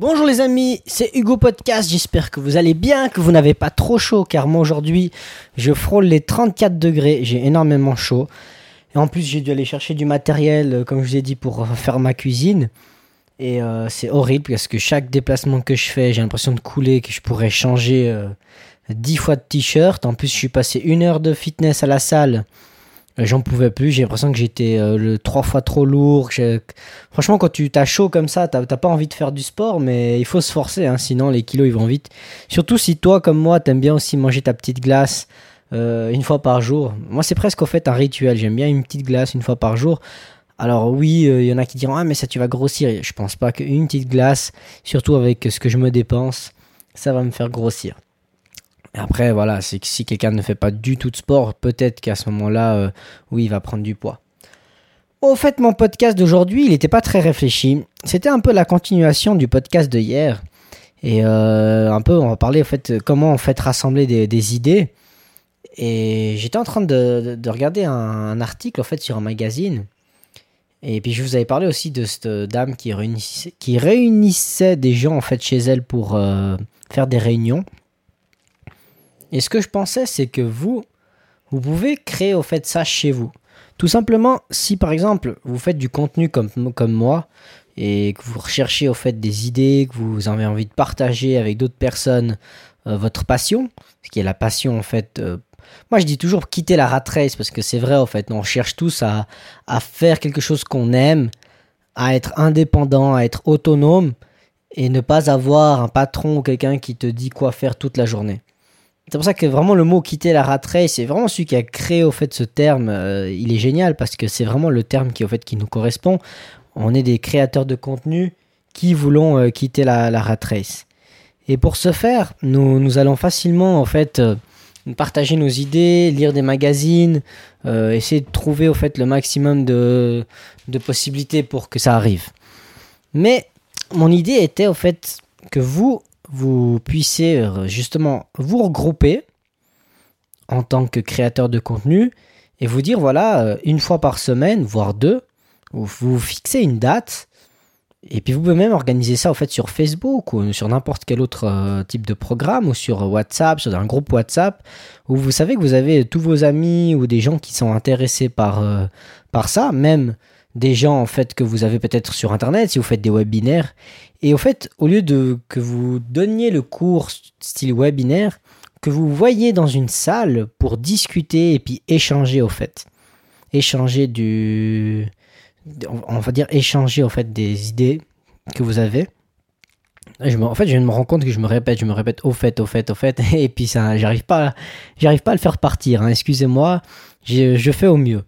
Bonjour les amis, c'est Hugo Podcast, j'espère que vous allez bien, que vous n'avez pas trop chaud car moi aujourd'hui je frôle les 34 degrés, j'ai énormément chaud. Et en plus j'ai dû aller chercher du matériel, comme je vous ai dit, pour faire ma cuisine. Et c'est horrible parce que chaque déplacement que je fais, j'ai l'impression de couler, que je pourrais changer 10 fois de t-shirt. En plus je suis passé 1 heure de fitness à la salle. J'en pouvais plus, j'ai l'impression que j'étais 3 fois trop lourd. Franchement, quand tu t'as chaud comme ça, t'as pas envie de faire du sport, mais il faut se forcer, hein, sinon les kilos ils vont vite. Surtout si toi, comme moi, t'aimes bien aussi manger ta petite glace 1 fois par jour. Moi, c'est presque au fait un rituel, j'aime bien une petite glace 1 fois par jour. Alors oui, il y en a qui diront « Ah, mais ça, tu vas grossir ». Je pense pas qu'une petite glace, surtout avec ce que je me dépense, ça va me faire grossir. Après, voilà, c'est que si quelqu'un ne fait pas du tout de sport, peut-être qu'à ce moment-là, oui, il va prendre du poids. Au fait, mon podcast d'aujourd'hui, il n'était pas très réfléchi. C'était un peu la continuation du podcast de hier. Et un peu, on va parler, au fait, comment, en fait, rassembler des idées. Et j'étais en train de regarder un article, en fait, sur un magazine. Et puis, je vous avais parlé aussi de cette dame qui réunissait des gens, en fait, chez elle pour faire des réunions. Et ce que je pensais, c'est que vous pouvez créer au fait ça chez vous. Tout simplement, si par exemple, vous faites du contenu comme moi, et que vous recherchez au fait des idées, que vous avez envie de partager avec d'autres personnes votre passion, ce qui est la passion en fait. Moi je dis toujours quitter la rat race, parce que c'est vrai en fait, on cherche tous à faire quelque chose qu'on aime, à être indépendant, à être autonome, et ne pas avoir un patron ou quelqu'un qui te dit quoi faire toute la journée. C'est pour ça que vraiment le mot quitter la rat race, c'est vraiment celui qui a créé au fait ce terme. Il est génial parce que c'est vraiment le terme qui nous correspond. On est des créateurs de contenu qui voulons quitter la rat race. Et pour ce faire, nous allons facilement en fait partager nos idées, lire des magazines, essayer de trouver au fait le maximum de possibilités pour que ça arrive. Mais mon idée était au fait que vous puissiez justement vous regrouper en tant que créateur de contenu et vous dire voilà, 1 fois par semaine, voire 2, vous fixez une date et puis vous pouvez même organiser ça en fait sur Facebook ou sur n'importe quel autre type de programme ou sur WhatsApp, sur un groupe WhatsApp où vous savez que vous avez tous vos amis ou des gens qui sont intéressés par ça, même des gens en fait que vous avez peut-être sur internet si vous faites des webinaires. Et au fait, au lieu que vous donniez le cours style webinaire, que vous voyiez dans une salle pour discuter et puis échanger au fait. Échanger on va dire échanger au fait des idées que vous avez. En fait, je me rends compte que je me répète au fait, et puis ça, j'arrive pas à le faire partir, hein, excusez-moi, je fais au mieux.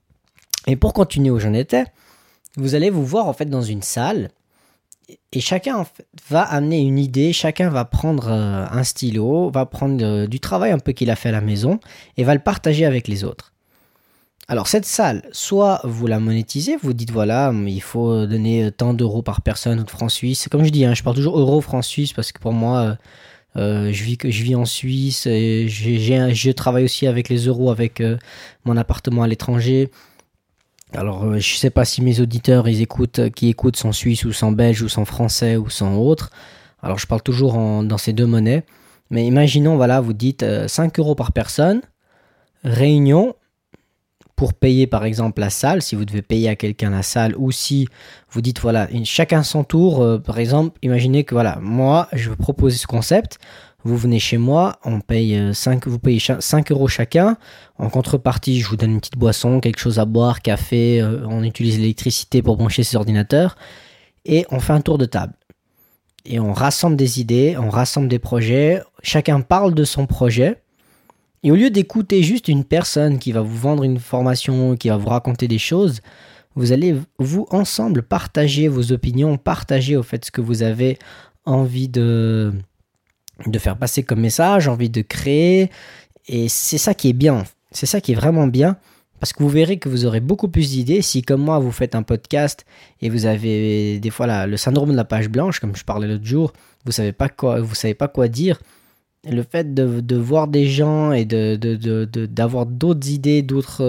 Et pour continuer où j'en étais, vous allez vous voir en fait dans une salle et chacun en fait, va amener une idée, chacun va prendre un stylo, va prendre du travail un peu qu'il a fait à la maison et va le partager avec les autres. Alors cette salle, soit vous la monétisez, vous dites voilà, il faut donner tant d'euros par personne ou de francs suisses. Comme je dis, hein, je parle toujours euros, francs suisses parce que pour moi, je vis en Suisse et je travaille aussi avec les euros avec mon appartement à l'étranger. Alors, je sais pas si mes auditeurs qui écoutent sont suisses ou sont belges ou sont français ou sont autres. Alors, je parle toujours dans ces deux monnaies. Mais imaginons, voilà, vous dites 5 euros par personne, réunion, pour payer par exemple la salle, si vous devez payer à quelqu'un la salle, ou si vous dites, voilà, chacun son tour, par exemple, imaginez que, voilà, moi, je veux proposer ce concept. Vous venez chez moi, vous payez 5 euros chacun. En contrepartie, je vous donne une petite boisson, quelque chose à boire, café. On utilise l'électricité pour brancher ces ordinateurs. Et on fait un tour de table. Et on rassemble des idées, on rassemble des projets. Chacun parle de son projet. Et au lieu d'écouter juste une personne qui va vous vendre une formation, qui va vous raconter des choses, vous allez, vous, ensemble, partager vos opinions, partager au fait ce que vous avez envie de faire passer comme message, envie de créer, et c'est ça qui est bien, c'est ça qui est vraiment bien, parce que vous verrez que vous aurez beaucoup plus d'idées si comme moi vous faites un podcast et vous avez des fois le syndrome de la page blanche, comme je parlais l'autre jour, vous savez pas quoi dire. Le fait de voir des gens et d'avoir d'autres idées,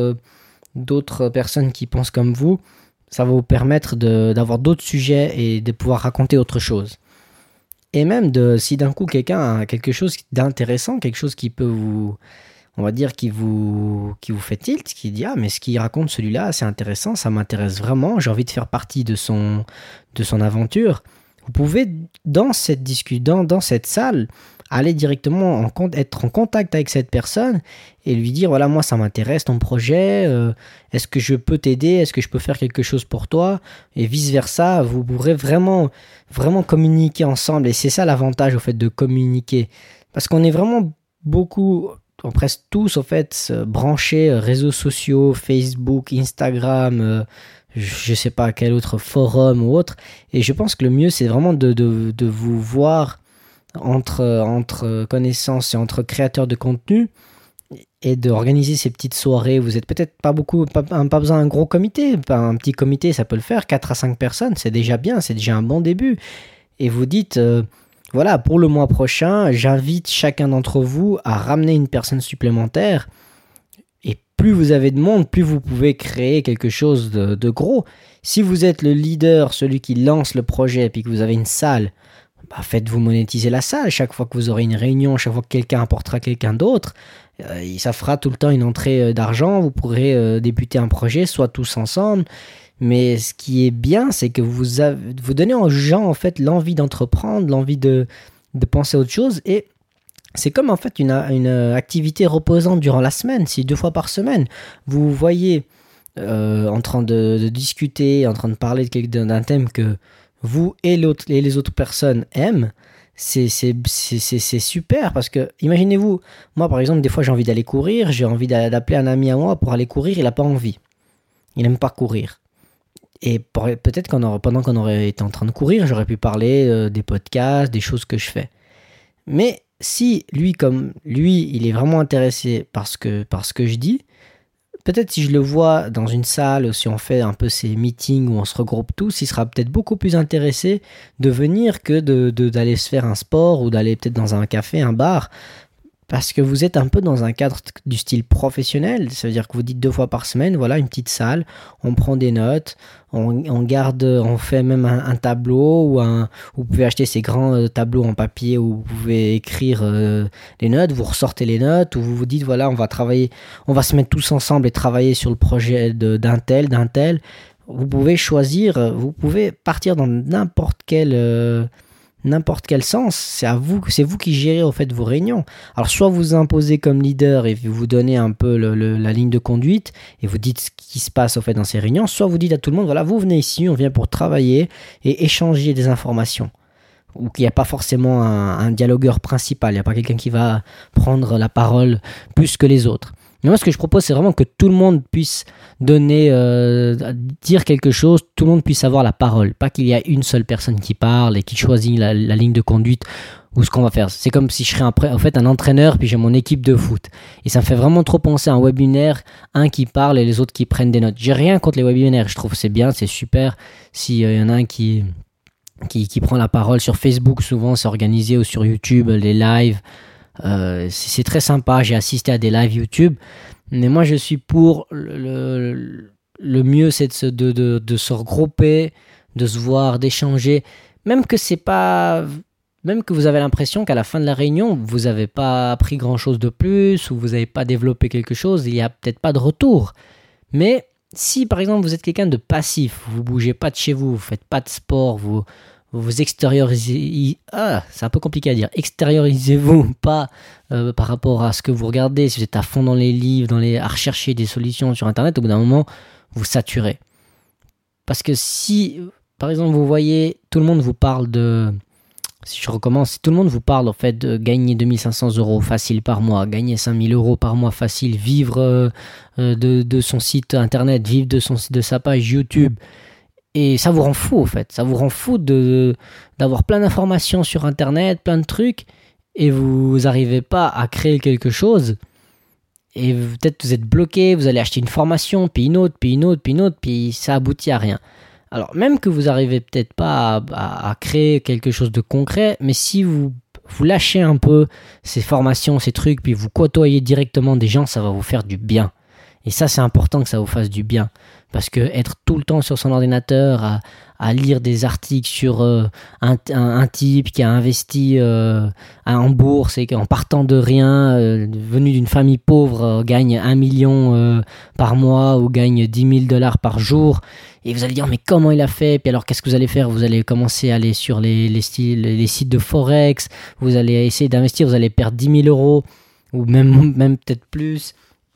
d'autres personnes qui pensent comme vous, ça va vous permettre d'avoir d'autres sujets et de pouvoir raconter autre chose. Et même si d'un coup quelqu'un a quelque chose d'intéressant, quelque chose qui peut vous, on va dire, qui vous fait tilt, qui dit, ah, mais ce qu'il raconte celui-là, c'est intéressant, ça m'intéresse vraiment, j'ai envie de faire partie de son aventure. Vous pouvez, dans cette discussion, dans cette salle, aller directement être en contact avec cette personne et lui dire, voilà, moi, ça m'intéresse ton projet, est-ce que je peux t'aider, est-ce que je peux faire quelque chose pour toi, et vice-versa, vous pourrez vraiment, vraiment communiquer ensemble, et c'est ça l'avantage, au fait, de communiquer, parce qu'on est vraiment beaucoup, presque tous, au fait, branchés, réseaux sociaux, Facebook, Instagram, je sais pas quel autre forum ou autre, et je pense que le mieux, c'est vraiment de vous voir entre connaissances et entre créateurs de contenu et d'organiser ces petites soirées. Vous êtes peut-être pas besoin d'un gros comité, un petit comité ça peut le faire, 4 à 5 personnes, c'est déjà bien, c'est déjà un bon début. Et vous dites, voilà, pour le mois prochain, j'invite chacun d'entre vous à ramener une personne supplémentaire. Et plus vous avez de monde, plus vous pouvez créer quelque chose de gros. Si vous êtes le leader, celui qui lance le projet, et puis que vous avez une salle, faites-vous monétiser la salle. Chaque fois que vous aurez une réunion, chaque fois que quelqu'un apportera quelqu'un d'autre, ça fera tout le temps une entrée d'argent. Vous pourrez débuter un projet, soit tous ensemble. Mais ce qui est bien, c'est que vous donnez aux gens en fait l'envie d'entreprendre, l'envie de penser à autre chose. Et c'est comme en fait une activité reposante durant la semaine. Si 2 fois par semaine, vous voyez en train de discuter, en train de parler d'un thème que vous et les autres personnes aiment, c'est super, parce que imaginez-vous, moi par exemple des fois j'ai envie d'aller courir, j'ai envie d'appeler un ami à moi pour aller courir, il n'a pas envie, il n'aime pas courir, et peut-être pendant qu'on aurait été en train de courir, j'aurais pu parler des podcasts, des choses que je fais. Mais si lui il est vraiment intéressé par ce que je dis, peut-être si je le vois dans une salle, ou si on fait un peu ces meetings où on se regroupe tous, il sera peut-être beaucoup plus intéressé de venir que d'aller se faire un sport ou d'aller peut-être dans un café, un bar, parce que vous êtes un peu dans un cadre du style professionnel. Ça veut dire que vous dites 2 fois par semaine, voilà, une petite salle, on prend des notes, on garde, on fait même un tableau, vous pouvez acheter ces grands tableaux en papier où vous pouvez écrire les notes, vous ressortez les notes, ou vous vous dites, voilà, on va se mettre tous ensemble et travailler sur le projet d'un tel. Vous pouvez choisir, vous pouvez partir dans n'importe quel sens, c'est vous qui gérez en fait vos réunions. Alors soit vous imposez comme leader et vous donnez un peu la ligne de conduite et vous dites ce qui se passe en fait dans ces réunions, soit vous dites à tout le monde, voilà, vous venez ici, on vient pour travailler et échanger des informations. Ou qu'il n'y a pas forcément un dialogueur principal, il n'y a pas quelqu'un qui va prendre la parole plus que les autres. Mais moi, ce que je propose, c'est vraiment que tout le monde puisse dire quelque chose, tout le monde puisse avoir la parole. Pas qu'il y a une seule personne qui parle et qui choisit la ligne de conduite ou ce qu'on va faire. C'est comme si je serais en fait un entraîneur, puis j'ai mon équipe de foot. Et ça me fait vraiment trop penser à un webinaire, un qui parle et les autres qui prennent des notes. J'ai rien contre les webinaires, je trouve que c'est bien, c'est super. S'il y en a un qui prend la parole sur Facebook, souvent c'est organisé, ou sur YouTube, les lives. C'est très sympa, j'ai assisté à des lives YouTube, mais moi je suis pour le mieux, c'est de se regrouper, de se voir, d'échanger, même que vous avez l'impression qu'à la fin de la réunion vous n'avez pas appris grand chose de plus, ou vous n'avez pas développé quelque chose, il n'y a peut-être pas de retour. Mais si par exemple vous êtes quelqu'un de passif, vous bougez pas de chez vous, vous faites pas de sport, vous extériorisez, c'est un peu compliqué à dire, extériorisez-vous pas par rapport à ce que vous regardez. Si vous êtes à fond dans les livres, à rechercher des solutions sur internet, au bout d'un moment vous saturez. Parce que si par exemple vous voyez, tout le monde vous parle si tout le monde vous parle en fait de gagner 2500 € facile par mois, gagner 5000 € par mois facile, vivre de son site internet, vivre de sa page YouTube, et ça vous rend fou en fait, ça vous rend fou d'avoir plein d'informations sur internet, plein de trucs, et vous n'arrivez pas à créer quelque chose, et peut-être vous êtes bloqué, vous allez acheter une formation, puis une autre, puis ça aboutit à rien. Alors même que vous n'arrivez peut-être pas à créer quelque chose de concret, mais si vous lâchez un peu ces formations, ces trucs, puis vous côtoyez directement des gens, ça va vous faire du bien. Et ça, c'est important que ça vous fasse du bien. Parce que être tout le temps sur son ordinateur, à lire des articles sur un type qui a investi en bourse et qu'en partant de rien, venu d'une famille pauvre, gagne 1 million par mois ou gagne 10 000 dollars par jour. Et vous allez dire, mais comment il a fait? Puis alors, qu'est-ce que vous allez faire? Vous allez commencer à aller sur les sites de Forex, vous allez essayer d'investir, vous allez perdre 10 000 euros ou même peut-être plus.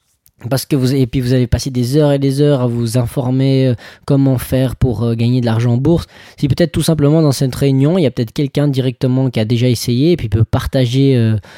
Et puis vous allez passer des heures et des heures à vous informer comment faire pour gagner de l'argent en bourse. Si peut-être tout simplement dans cette réunion, il y a peut-être quelqu'un directement qui a déjà essayé et puis peut partager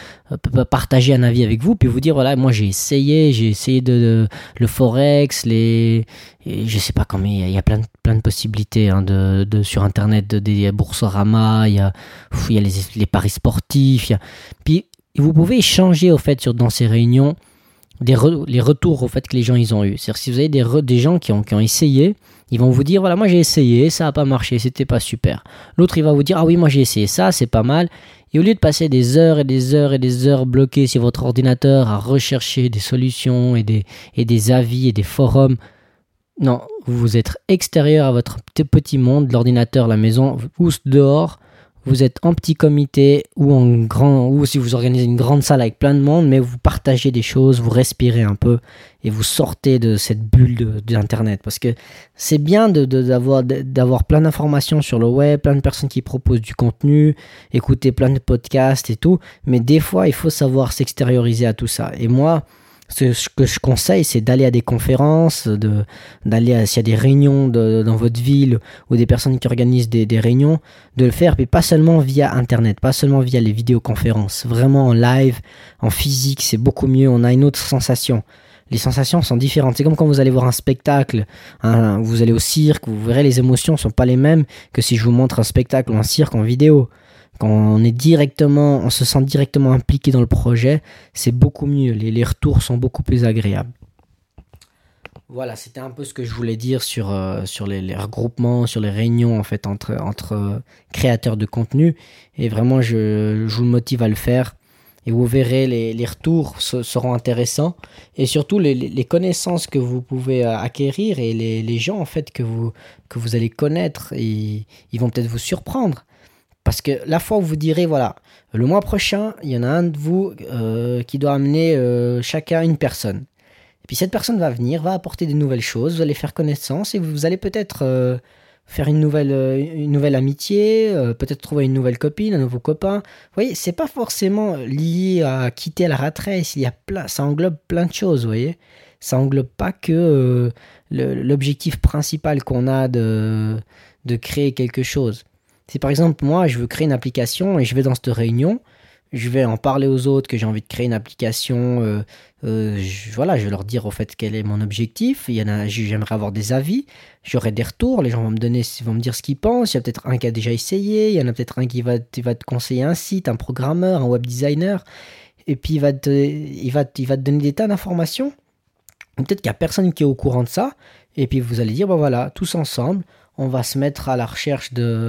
un avis avec vous, puis vous dire voilà, moi j'ai essayé le forex, et je sais pas comment, il y a plein de possibilités sur internet, des Boursorama, il y a les paris sportifs, puis vous pouvez échanger au fait dans ces réunions les retours au fait que les gens ils ont eu. C'est-à-dire si vous avez des gens qui ont essayé, ils vont vous dire voilà, moi j'ai essayé, ça a pas marché, c'était pas super. L'autre il va vous dire ah oui, moi j'ai essayé ça, c'est pas mal. Et au lieu de passer des heures et des heures et des heures bloqués sur votre ordinateur à rechercher des solutions et des avis et des forums, non, vous êtes extérieur à votre petit monde, l'ordinateur, la maison, ou dehors. Vous êtes en petit comité ou si vous organisez une grande salle avec plein de monde, mais vous partagez des choses, vous respirez un peu et vous sortez de cette bulle d'internet, parce que c'est bien d'avoir plein d'informations sur le web, plein de personnes qui proposent du contenu, écouter plein de podcasts et tout, mais des fois il faut savoir s'extérioriser à tout ça. Et moi, ce que je conseille, c'est d'aller à des conférences, s'il y a des réunions dans votre ville ou des personnes qui organisent des réunions, de le faire, mais pas seulement via Internet, pas seulement via les vidéoconférences, vraiment en live, en physique, c'est beaucoup mieux, on a une autre sensation. Les sensations sont différentes. C'est comme quand vous allez voir un spectacle, vous allez au cirque, vous verrez les émotions ne sont pas les mêmes que si je vous montre un spectacle ou un cirque en vidéo. Quand on se sent directement impliqué dans le projet, c'est beaucoup mieux. Les retours sont beaucoup plus agréables. Voilà, c'était un peu ce que je voulais dire sur les regroupements, sur les réunions en fait entre créateurs de contenu. Et vraiment, je vous motive à le faire. Et vous verrez, les retours seront intéressants. Et surtout, les connaissances que vous pouvez acquérir et les gens en fait que vous allez connaître, ils vont peut-être vous surprendre. Parce que la fois où vous direz, voilà, le mois prochain, il y en a un de vous qui doit amener chacun une personne. Et puis cette personne va venir, va apporter des nouvelles choses, vous allez faire connaissance et vous allez peut-être faire une nouvelle amitié, peut-être trouver une nouvelle copine, un nouveau copain. Vous voyez, c'est pas forcément lié à quitter la rat race, ça englobe plein de choses, vous voyez. Ça englobe pas que l'objectif principal qu'on a de créer quelque chose. Si par exemple, moi, je veux créer une application et je vais dans cette réunion, je vais en parler aux autres que j'ai envie de créer une application, je vais leur dire au fait quel est mon objectif, j'aimerais avoir des avis, j'aurai des retours, les gens vont me dire ce qu'ils pensent, il y a peut-être un qui a déjà essayé, il y en a peut-être un qui va te conseiller un site, un programmeur, un web designer, et puis il va te donner des tas d'informations, peut-être qu'il n'y a personne qui est au courant de ça, et puis vous allez dire, ben voilà, tous ensemble, on va se mettre à la recherche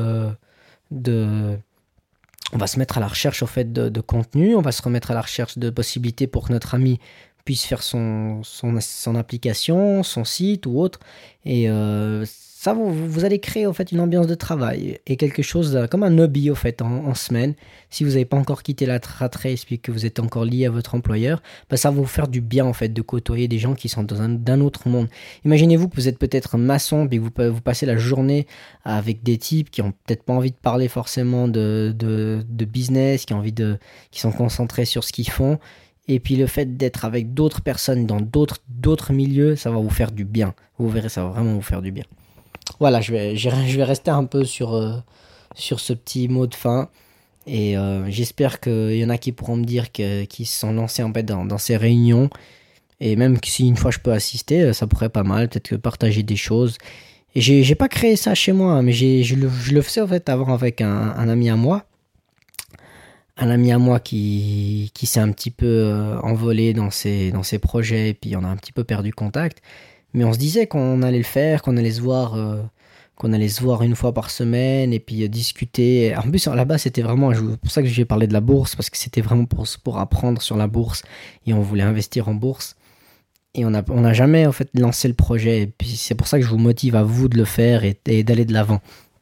on va se mettre à la recherche au fait de contenu, on va se remettre à la recherche de possibilités pour que notre ami puisse faire son application, son site ou autre. Et ça, vous allez créer au fait une ambiance de travail et quelque chose comme un hobby au fait en semaine. Si vous n'avez pas encore quitté la rat race et que vous êtes encore lié à votre employeur, ça va vous faire du bien en fait de côtoyer des gens qui sont d'un autre monde. Imaginez-vous que vous êtes peut-être un maçon et que vous passez la journée avec des types qui ont peut-être pas envie de parler forcément de business, qui sont concentrés sur ce qu'ils font. Et puis le fait d'être avec d'autres personnes dans d'autres milieux, ça va vous faire du bien. Vous verrez, ça va vraiment vous faire du bien. Voilà, je vais rester un peu sur ce petit mot de fin. Et j'espère qu'il y en a qui pourront me dire qu'ils se sont lancés en fait dans ces réunions. Et même si une fois je peux assister, ça pourrait pas mal. Peut-être que partager des choses. Et j'ai pas créé ça chez moi, mais je le faisais en fait avant avec un ami à moi. Un ami à moi qui s'est un petit peu envolé dans ses projets, et puis on a un petit peu perdu contact. Mais on se disait qu'on allait le faire, qu'on allait se voir une fois par semaine, et puis discuter. En plus, là-bas, c'était vraiment, c'est pour ça que j'ai parlé de la bourse, parce que c'était vraiment pour apprendre sur la bourse, et on voulait investir en bourse. Et on n'a jamais en fait lancé le projet, et puis c'est pour ça que je vous motive à vous de le faire et d'aller de l'avant.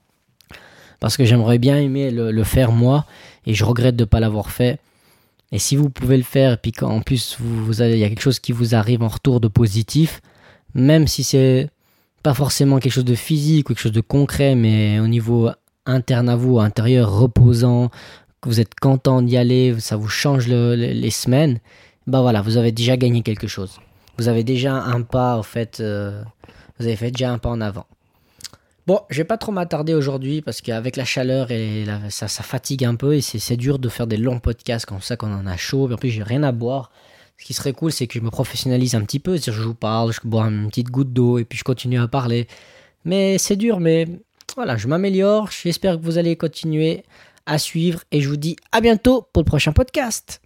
parce que j'aimerais bien aimer le faire moi, et je regrette de ne pas l'avoir fait. Et si vous pouvez le faire, et puis qu'en plus il y a quelque chose qui vous arrive en retour de positif, même si c'est pas forcément quelque chose de physique ou quelque chose de concret, mais au niveau interne à vous, intérieur, reposant, que vous êtes content d'y aller, ça vous change les semaines, bah voilà, vous avez déjà gagné quelque chose. Vous avez déjà un pas, en fait, vous avez fait déjà un pas en avant. Bon, je vais pas trop m'attarder aujourd'hui parce qu'avec la chaleur et ça fatigue un peu et c'est dur de faire des longs podcasts comme ça quand on en a chaud. Et en plus, j'ai rien à boire. Ce qui serait cool, c'est que je me professionnalise un petit peu. C'est-à-dire, je vous parle, je bois une petite goutte d'eau et puis je continue à parler. Mais c'est dur, mais voilà, je m'améliore. J'espère que vous allez continuer à suivre et je vous dis à bientôt pour le prochain podcast.